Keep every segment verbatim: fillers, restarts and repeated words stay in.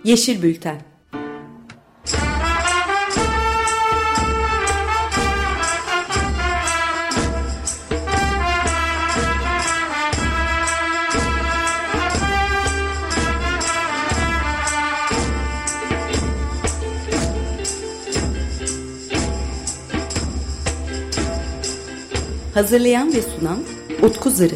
Yeşil Bülten. Hazırlayan ve sunan Utku Zırı.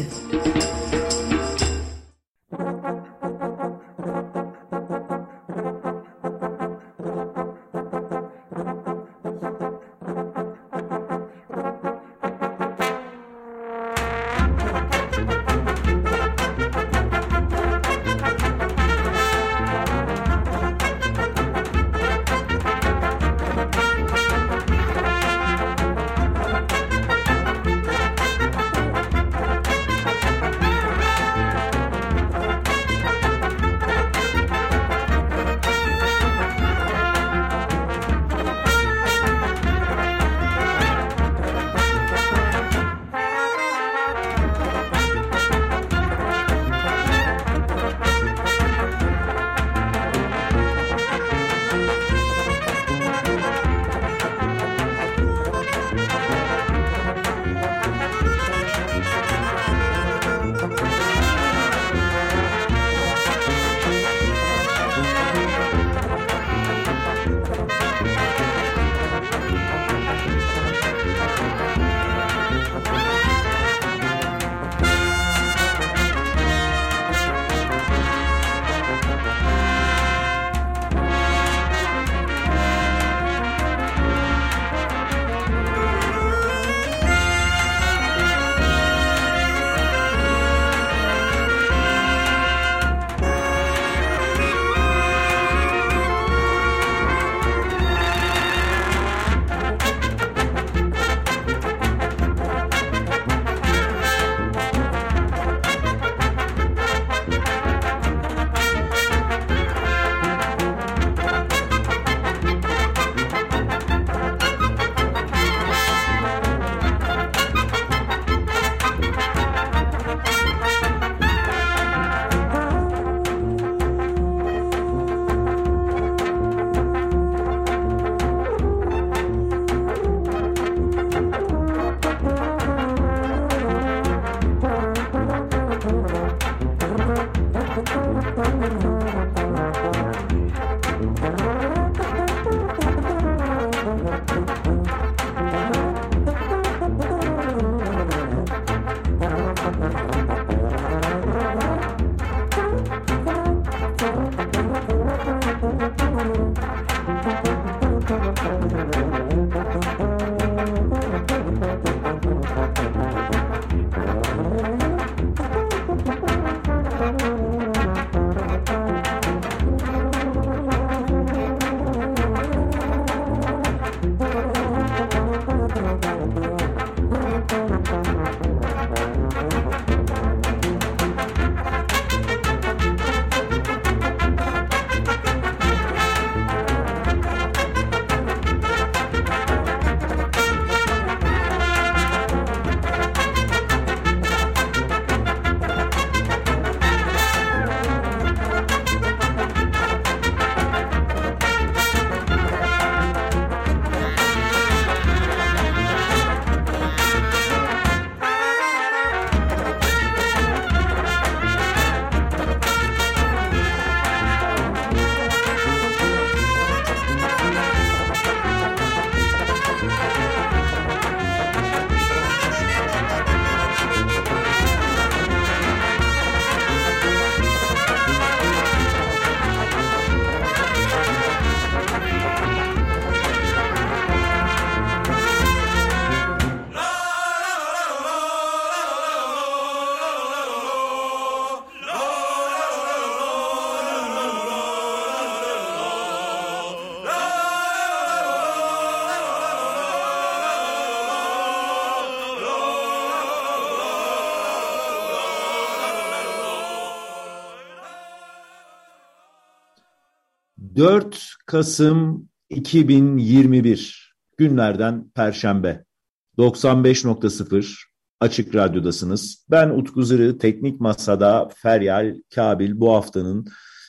dört Kasım iki bin yirmi bir günlerden Perşembe doksan beş nokta sıfır Açık Radyo'dasınız. Ben Utku Zırı, teknik masada Feryal Kabil bu haftanın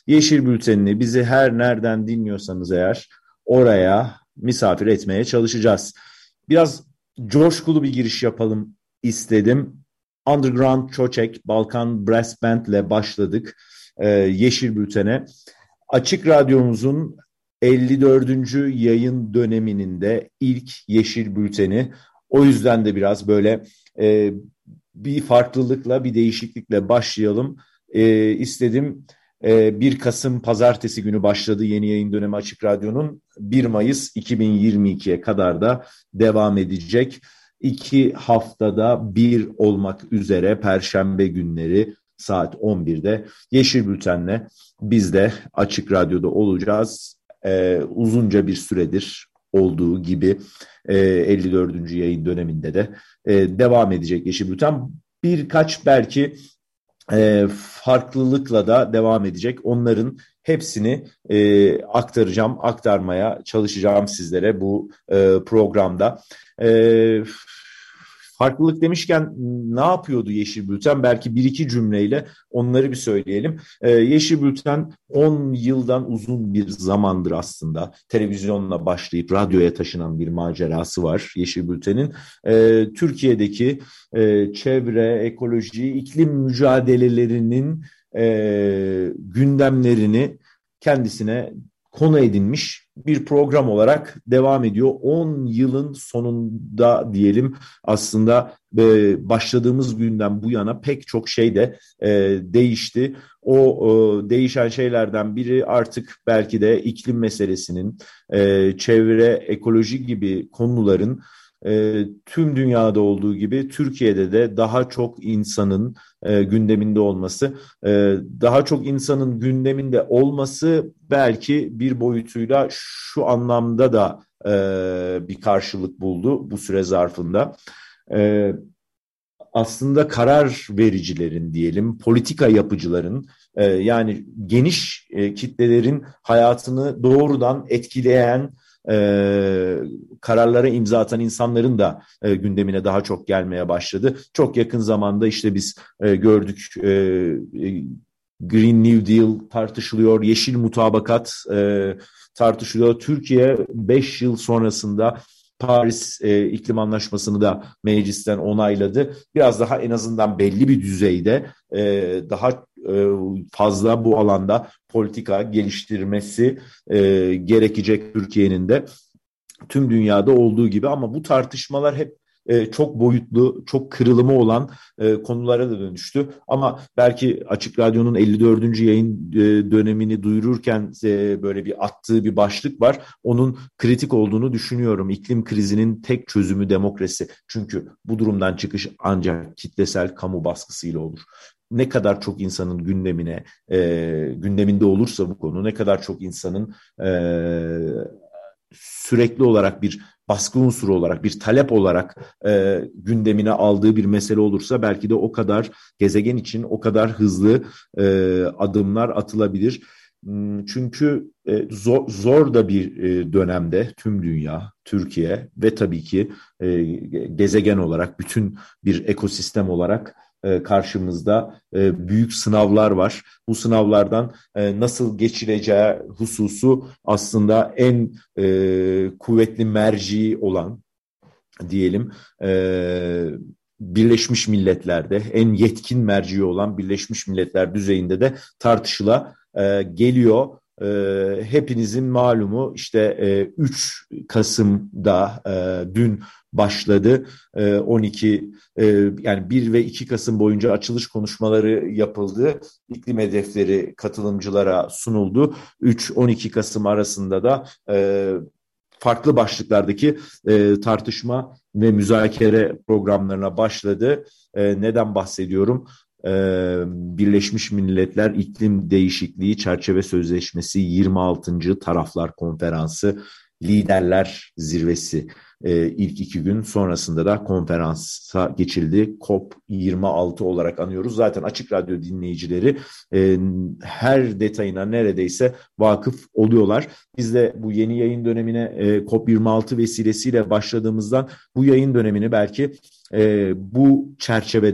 Yeşil Bülten'ini bizi her nereden dinliyorsanız eğer oraya misafir etmeye çalışacağız. Biraz coşkulu bir giriş yapalım istedim. Underground Çoçek, Balkan Brass Band ile başladık e, Yeşil Bülten'e. Açık Radyomuzun elli dördüncü yayın döneminin de ilk Yeşil Bülteni. O yüzden de biraz böyle e, bir farklılıkla, bir değişiklikle başlayalım e, istedim. E, bir Kasım Pazartesi günü başladı yeni yayın dönemi Açık Radyo'nun. bir Mayıs iki bin yirmi ikiye kadar da devam edecek. İki haftada bir olmak üzere Perşembe günleri saat on birde Yeşil Bülten'le biz de Açık Radyo'da olacağız. Ee, uzunca bir süredir olduğu gibi e, elli dördüncü yayın döneminde de e, devam edecek Yeşil Bülten. Birkaç belki e, farklılıkla da devam edecek. Onların hepsini e, aktaracağım, aktarmaya çalışacağım sizlere bu e, programda. E, Farklılık demişken ne yapıyordu Yeşil Bülten? Belki bir iki cümleyle onları bir söyleyelim. Ee, Yeşil Bülten on yıldan uzun bir zamandır aslında televizyonla başlayıp radyoya taşınan bir macerası var Yeşil Bülten'in. Ee, Türkiye'deki e, çevre, ekoloji, iklim mücadelelerinin e, gündemlerini kendisine konu edinmiş bir program olarak devam ediyor. on yılın sonunda diyelim aslında e, başladığımız günden bu yana pek çok şey de e, değişti. O e, değişen şeylerden biri artık belki de iklim meselesinin, e, çevre, ekoloji gibi konuların e, tüm dünyada olduğu gibi Türkiye'de de daha çok insanın e, gündeminde olması, e, daha çok insanın gündeminde olması belki bir boyutuyla şu anlamda da e, bir karşılık buldu bu süre zarfında. E, Aslında karar vericilerin diyelim, politika yapıcıların e, yani geniş e, kitlelerin hayatını doğrudan etkileyen e, kararlara imza atan insanların da e, gündemine daha çok gelmeye başladı. Çok yakın zamanda işte biz e, gördük e, Green New Deal tartışılıyor, yeşil mutabakat e, tartışılıyor. Türkiye beş yıl sonrasında Paris e, İklim Anlaşması'nı da meclisten onayladı. Biraz daha en azından belli bir düzeyde e, daha e, fazla bu alanda politika geliştirmesi e, gerekecek Türkiye'nin de tüm dünyada olduğu gibi. Ama bu tartışmalar hep e, çok boyutlu, çok kırılımı olan e, konulara da dönüştü. Ama belki Açık Radyo'nun elli dördüncü yayın e, dönemini duyururken e, böyle bir attığı bir başlık var. Onun kritik olduğunu düşünüyorum. İklim krizinin tek çözümü demokrasi. Çünkü bu durumdan çıkış ancak kitlesel kamu baskısıyla olur. Ne kadar çok insanın gündemine, e, gündeminde olursa bu konu, ne kadar çok insanın e, sürekli olarak bir baskı unsuru olarak, bir talep olarak e, gündemine aldığı bir mesele olursa belki de o kadar gezegen için o kadar hızlı e, adımlar atılabilir. Çünkü e, zor, zor da bir e, dönemde tüm dünya, Türkiye ve tabii ki e, gezegen olarak bütün bir ekosistem olarak e, karşımızda e, büyük sınavlar var. Bu sınavlardan e, nasıl geçileceği hususu aslında en e, kuvvetli merci olan diyelim e, Birleşmiş Milletler'de en yetkin merci olan Birleşmiş Milletler düzeyinde de tartışıla e, geliyor. E, hepinizin malumu işte e, üç Kasım'da e, dün başladı. E, on iki e, yani bir ve iki Kasım boyunca açılış konuşmaları yapıldı. İklim hedefleri katılımcılara sunuldu. üç on iki Kasım arasında da e, farklı başlıklardaki e, tartışma ve müzakere programlarına başladı. E, neden bahsediyorum? E, Birleşmiş Milletler İklim Değişikliği Çerçeve Sözleşmesi yirmi altıncı Taraflar Konferansı Liderler Zirvesi e, ilk iki gün sonrasında da konferansa geçildi. COP yirmi altı olarak anıyoruz. Zaten Açık Radyo dinleyicileri e, her detayına neredeyse vakıf oluyorlar. Biz de bu yeni yayın dönemine e, COP yirmi altı vesilesiyle başladığımızdan bu yayın dönemini belki e, bu çerçevede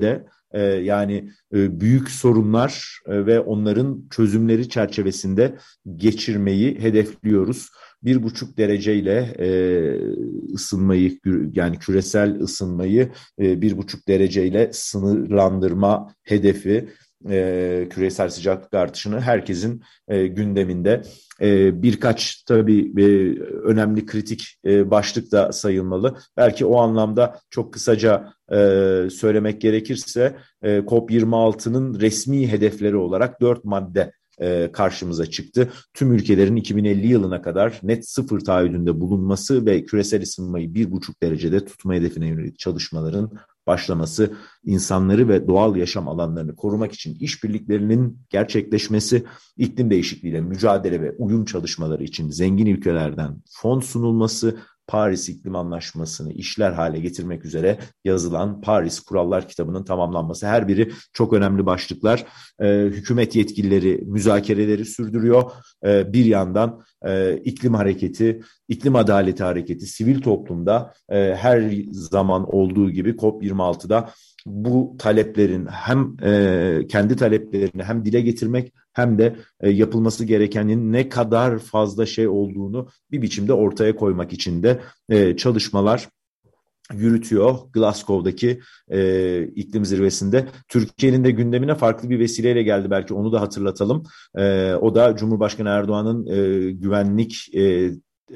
e, yani e, büyük sorunlar e, ve onların çözümleri çerçevesinde geçirmeyi hedefliyoruz. Bir buçuk dereceyle e, ısınmayı, yani küresel ısınmayı e, bir buçuk dereceyle sınırlandırma hedefi, e, küresel sıcaklık artışını herkesin e, gündeminde. E, birkaç tabii e, önemli kritik e, başlık da sayılmalı. Belki o anlamda çok kısaca e, söylemek gerekirse e, COP yirmi altının resmi hedefleri olarak dört madde e, karşımıza çıktı. Tüm ülkelerin iki bin elli yılına kadar net sıfır taahhüdünde bulunması ve küresel ısınmayı bir buçuk derecede tutma hedefine yönelik çalışmaların başlaması, insanları ve doğal yaşam alanlarını korumak için işbirliklerinin gerçekleşmesi, iklim değişikliğiyle mücadele ve uyum çalışmaları için zengin ülkelerden fon sunulması, Paris İklim Anlaşması'nı işler hale getirmek üzere yazılan Paris Kurallar kitabının tamamlanması. Her biri çok önemli başlıklar. Ee, hükümet yetkilileri müzakereleri sürdürüyor. Ee, bir yandan e, iklim hareketi, iklim adaleti hareketi, sivil toplumda e, her zaman olduğu gibi COP yirmi altıda bu taleplerin hem e, kendi taleplerini hem dile getirmek hem de e, yapılması gerekenin ne kadar fazla şey olduğunu bir biçimde ortaya koymak için de e, çalışmalar yürütüyor. Glasgow'daki e, iklim zirvesinde Türkiye'nin de gündemine farklı bir vesileyle geldi, belki onu da hatırlatalım. E, o da Cumhurbaşkanı Erdoğan'ın e, güvenlik e,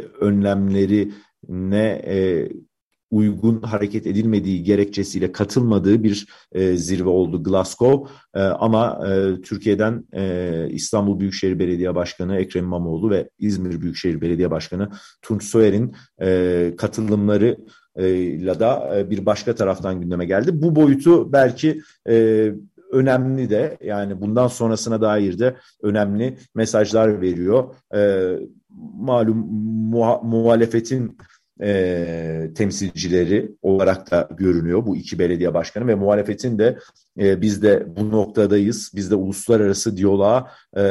önlemlerine e, uygun hareket edilmediği gerekçesiyle katılmadığı bir e, zirve oldu Glasgow. E, ama e, Türkiye'den e, İstanbul Büyükşehir Belediye Başkanı Ekrem İmamoğlu ve İzmir Büyükşehir Belediye Başkanı Tunç Soyer'in e, katılımları ile da bir başka taraftan gündeme geldi. Bu boyutu belki e, önemli de, yani bundan sonrasına dair de önemli mesajlar veriyor. E, malum muha- muhalefetin e, temsilcileri olarak da görünüyor bu iki belediye başkanı ve muhalefetin de e, biz de bu noktadayız, biz de uluslararası diyaloğa e,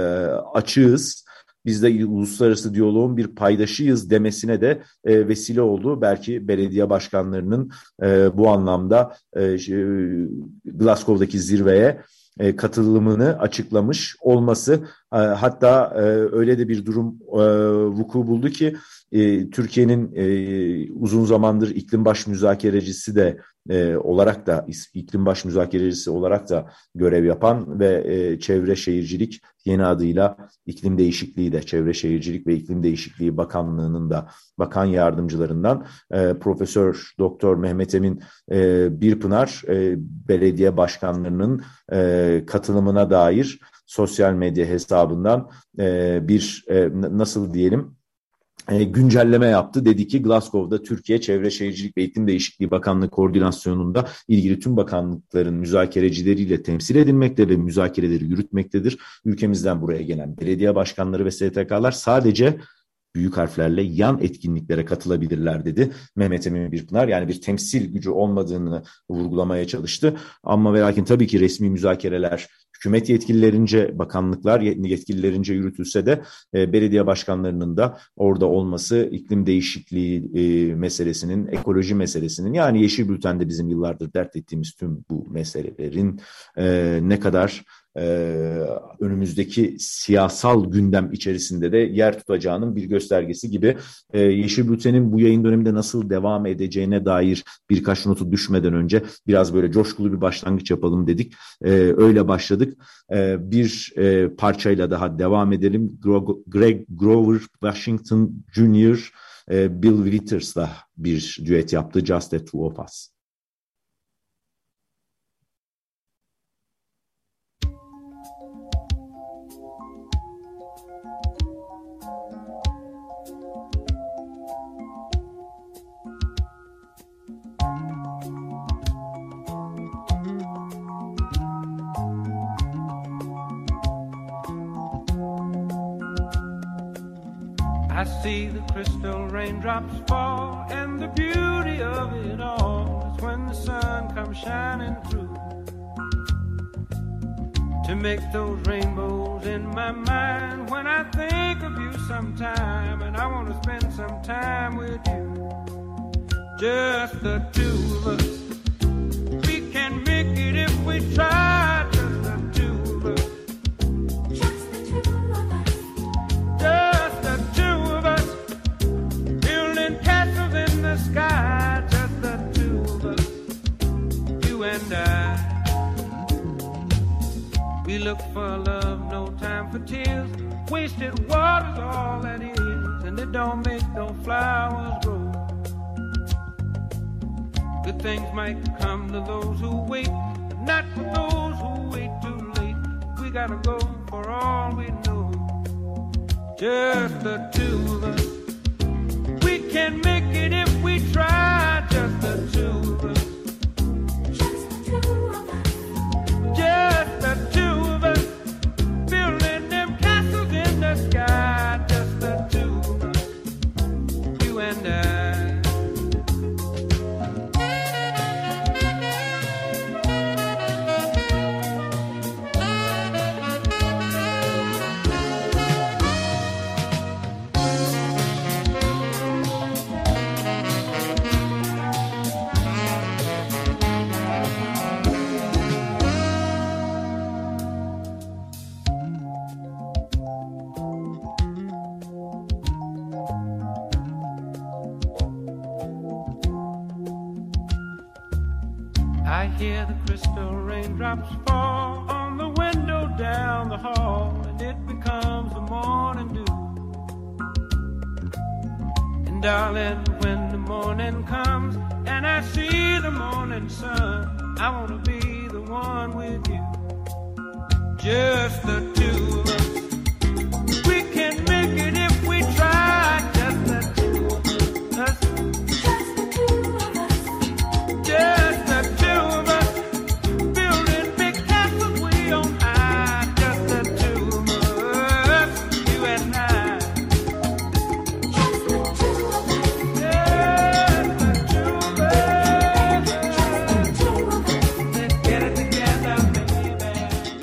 açığız. Biz de uluslararası diyaloğun bir paydaşıyız demesine de e, vesile oldu. Belki belediye başkanlarının e, bu anlamda e, Glasgow'daki zirveye e, katılımını açıklamış olması. E, hatta e, öyle de bir durum e, vuku buldu ki e, Türkiye'nin e, uzun zamandır iklim baş müzakerecisi de e, olarak da iklim baş müzakerecisi olarak da görev yapan ve e, Çevre Şehircilik, yeni adıyla İklim Değişikliği de Çevre Şehircilik ve İklim Değişikliği Bakanlığı'nın da bakan yardımcılarından e, Profesör Doktor Mehmet Emin e, Birpınar e, belediye başkanlarının e, katılımına dair sosyal medya hesabından e, bir e, nasıl diyelim E, güncelleme yaptı. Dedi ki Glasgow'da Türkiye Çevre Şehircilik ve İklim Değişikliği Bakanlığı koordinasyonunda ilgili tüm bakanlıkların müzakerecileriyle temsil edilmekte ve müzakereleri yürütmektedir. Ülkemizden buraya gelen belediye başkanları ve S T K'lar sadece büyük harflerle yan etkinliklere katılabilirler dedi Mehmet Emin Birpınar. Yani bir temsil gücü olmadığını vurgulamaya çalıştı. Ama ve lakin tabii ki resmi müzakereler hükümet yetkililerince, bakanlıklar yetkililerince yürütülse de e, belediye başkanlarının da orada olması iklim değişikliği e, meselesinin, ekoloji meselesinin, yani Yeşil Bülten'de bizim yıllardır dert ettiğimiz tüm bu meselelerin e, ne kadar Ee, önümüzdeki siyasal gündem içerisinde de yer tutacağının bir göstergesi gibi. Ee, Yeşil Bülten'in bu yayın döneminde nasıl devam edeceğine dair birkaç notu düşmeden önce biraz böyle coşkulu bir başlangıç yapalım dedik. Ee, öyle başladık. Ee, bir e, parçayla daha devam edelim. Greg Grover Washington Junior e, Bill Withers bir düet yaptı, Just the Two of Us. I see the crystal raindrops fall, and the beauty of it all is when the sun comes shining through to make those rainbows in my mind. When I think of you sometime, and I want to spend some time with you, just the two of us. We can make it if we tried, just the two of us. Just the two of us. Building castles in the sky, just the two of us. You and I. We look for love, no time for tears. Wasted water's all that is, and it don't make no flowers grow. Good things might come to those who wait, but not for those who wait too late. We gotta go for all we know. Just the two of us. We can make it if we try. Just the two of us. Just the two of us. Just the two of us. Building them castles in the sky. Just the two of us. You and I. I hear the crystal raindrops fall on the window down the hall, and it becomes the morning dew. And darling, when the morning comes and I see the morning sun, I want to be the one with you. Just the two of us. We can make it if we try. Just the two of us. Just the two of us. Just the two of us. Building big castles way on high. Just the two of us. You and I. Just the two of us. Just the two of us. Just the two of us. Let's get it together, baby.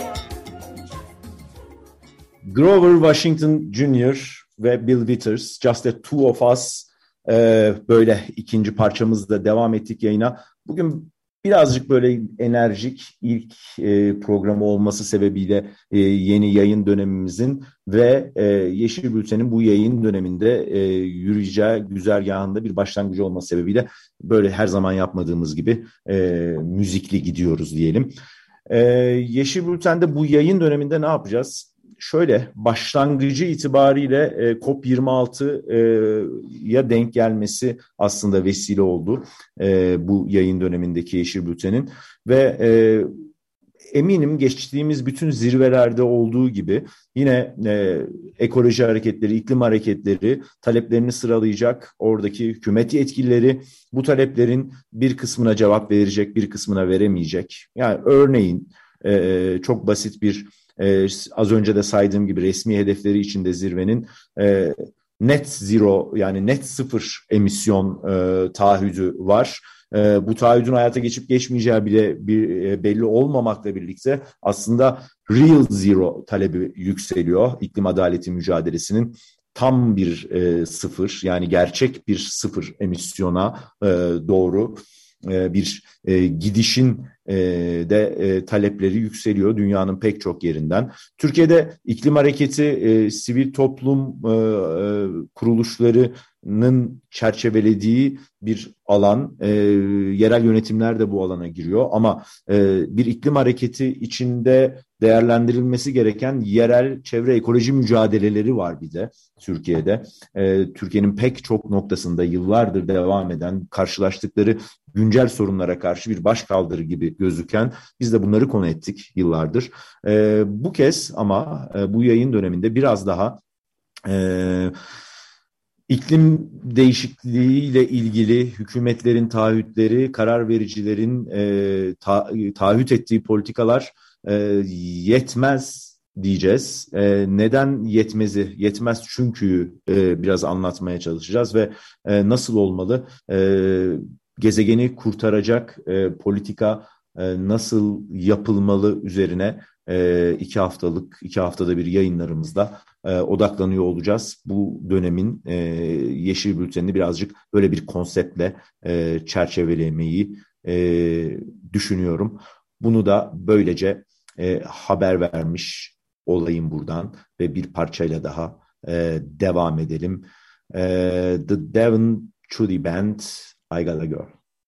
Grover Washington Junior ve Bill Withers, Just the Two of Us. Ee, böyle ikinci parçamızda devam ettik yayına. Bugün birazcık böyle enerjik ilk e, programı olması sebebiyle e, yeni yayın dönemimizin ve e, Yeşil Bülten'in bu yayın döneminde e, yürüyeceği güzergahında bir başlangıcı olması sebebiyle böyle her zaman yapmadığımız gibi e, müzikli gidiyoruz diyelim. E, Yeşil Bülten'de bu yayın döneminde ne yapacağız? Şöyle, başlangıcı itibariyle e, COP yirmi altıya denk gelmesi aslında vesile oldu e, bu yayın dönemindeki Yeşil Bülten'in ve e, eminim geçtiğimiz bütün zirvelerde olduğu gibi yine e, ekoloji hareketleri, iklim hareketleri taleplerini sıralayacak, oradaki hükümet yetkilileri bu taleplerin bir kısmına cevap verecek, bir kısmına veremeyecek. Yani örneğin e, çok basit bir Ee, az önce de saydığım gibi resmi hedefleri içinde zirvenin e, net zero yani net sıfır emisyon e, taahhüdü var. E, bu taahhüdün hayata geçip geçmeyeceği bile bir, e, belli olmamakla birlikte aslında real zero talebi yükseliyor. İklim adaleti mücadelesinin tam bir e, sıfır yani gerçek bir sıfır emisyona e, doğru e, bir e, gidişin e, de e, talepleri yükseliyor dünyanın pek çok yerinden. Türkiye'de iklim hareketi, e, sivil toplum e, e, kuruluşlarının çerçevelediği bir alan. E, yerel yönetimler de bu alana giriyor ama e, bir iklim hareketi içinde değerlendirilmesi gereken yerel çevre ekoloji mücadeleleri var bir de Türkiye'de. E, Türkiye'nin pek çok noktasında yıllardır devam eden karşılaştıkları güncel sorunlara karşı bir başkaldırı gibi gözüken biz de bunları konu ettik yıllardır. E, bu kez ama e, bu yayın döneminde biraz daha e, iklim değişikliğiyle ilgili hükümetlerin taahhütleri, karar vericilerin e, ta, taahhüt ettiği politikalar e, yetmez diyeceğiz. E, neden yetmezi? Yetmez çünkü e, biraz anlatmaya çalışacağız ve e, nasıl olmalı? E, gezegeni kurtaracak e, politika e, nasıl yapılmalı üzerine e, iki haftalık, iki haftada bir yayınlarımızda e, odaklanıyor olacağız. Bu dönemin e, Yeşil Bülteni'ni birazcık böyle bir konseptle e, çerçevelemeyi e, düşünüyorum. Bunu da böylece e, haber vermiş olayım buradan ve bir parçayla daha e, devam edelim. E, The Devon Trudy Band, I Got a Girl.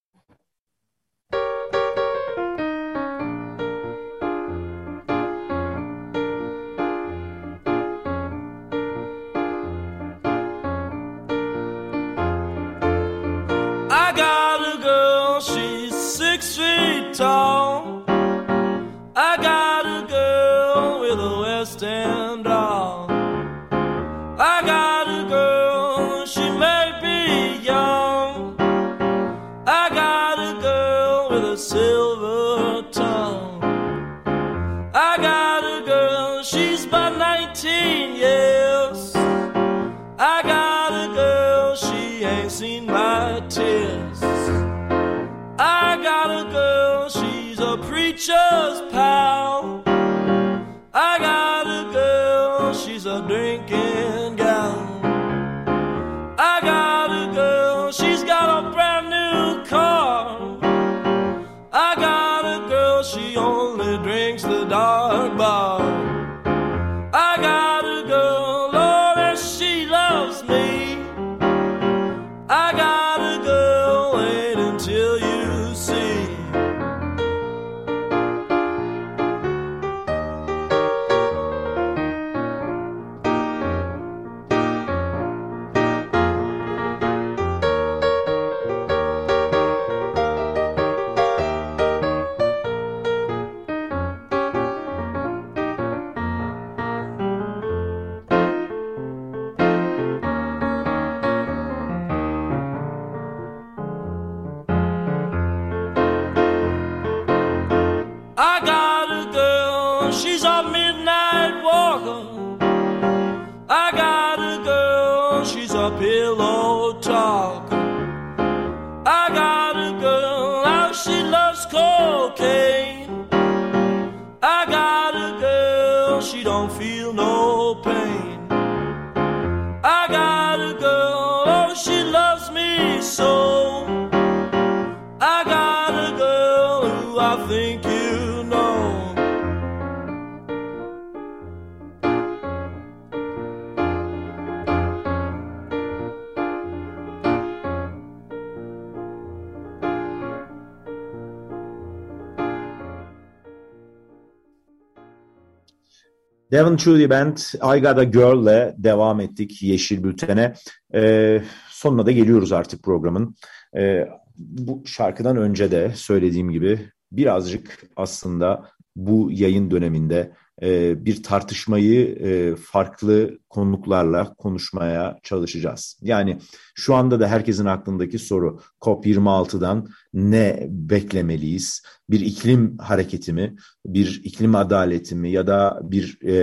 I got a girl, she's six feet tall. I got a girl with a West End doll. I got a girl, she may be young. I got a girl with a silver tongue. I got a girl, she's about nineteen years. I got a girl, she ain't seen my tears. I got a girl, she's a preacher's pal. I got a girl, she's a drinking gal. I got a girl, she's got a brand new car. I got a girl, she only drinks the dark bar. I got a girl, Lord, and she loves me. I got a girl, wait until you see. I got a girl, she's a midnight walker. I got a girl, she's a pillow talker. I got a girl, now she loves cocaine. I got a girl, she don't feel no pain. I got a girl, oh, she loves me so. I got a girl who I think you know. Devon Trudy Band, I Got a Girl'le devam ettik Yeşil Bülten'e. Ee, sonuna da geliyoruz artık programın. Ee, bu şarkıdan önce de söylediğim gibi birazcık aslında bu yayın döneminde e, bir tartışmayı e, farklı konuklarla konuşmaya çalışacağız. Yani şu anda da herkesin aklındaki soru COP yirmi altıdan ne beklemeliyiz? Bir iklim hareketi mi, bir iklim adaleti mi ya da bir e,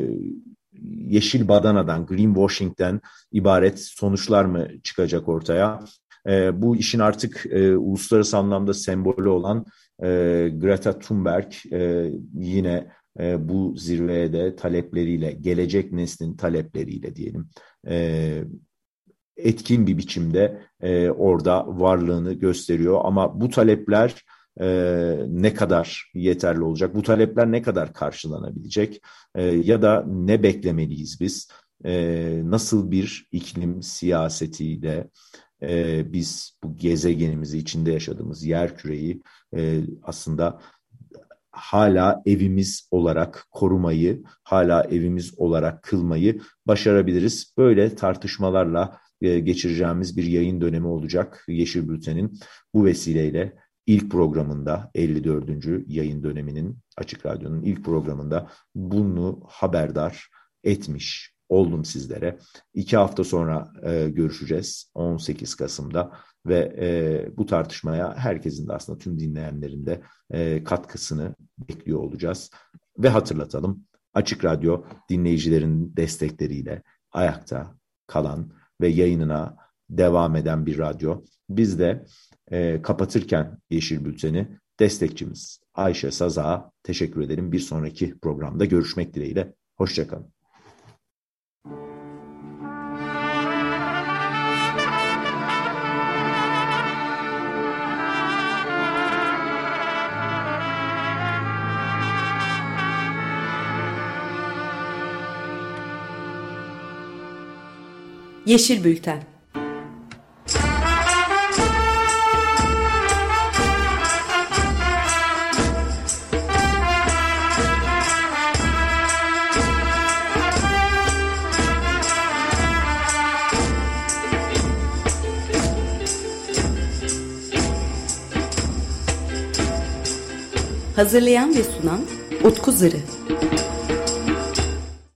yeşil badanadan, greenwashing'den ibaret sonuçlar mı çıkacak ortaya? E, bu işin artık e, uluslararası anlamda sembolü olan e, Greta Thunberg e, yine e, bu zirveye de talepleriyle, gelecek neslin talepleriyle diyelim, e, etkin bir biçimde e, orada varlığını gösteriyor. Ama bu talepler e, ne kadar yeterli olacak? Bu talepler ne kadar karşılanabilecek? E, ya da ne beklemeliyiz biz? E, nasıl bir iklim siyasetiyle e, biz bu gezegenimizi, içinde yaşadığımız yerküreyi e, aslında hala evimiz olarak korumayı, hala evimiz olarak kılmayı başarabiliriz? Böyle tartışmalarla e, geçireceğimiz bir yayın dönemi olacak Yeşil Bülten'in. Bu vesileyle ilk programında, elli dördüncü yayın döneminin, Açık Radyo'nun ilk programında bunu haberdar etmiş oldum sizlere. İki hafta sonra e, görüşeceğiz on sekiz Kasım'da ve e, bu tartışmaya herkesin de aslında tüm dinleyenlerin de e, katkısını bekliyor olacağız. Ve hatırlatalım, Açık Radyo dinleyicilerin destekleriyle ayakta kalan ve yayınına devam eden bir radyo. Biz de e, kapatırken Yeşil Bülten'i destekçimiz Ayşe Sazak'a teşekkür edelim. Bir sonraki programda görüşmek dileğiyle. Hoşça kalın. Yeşil Bülten. Hazırlayan ve sunan Utku Zırı.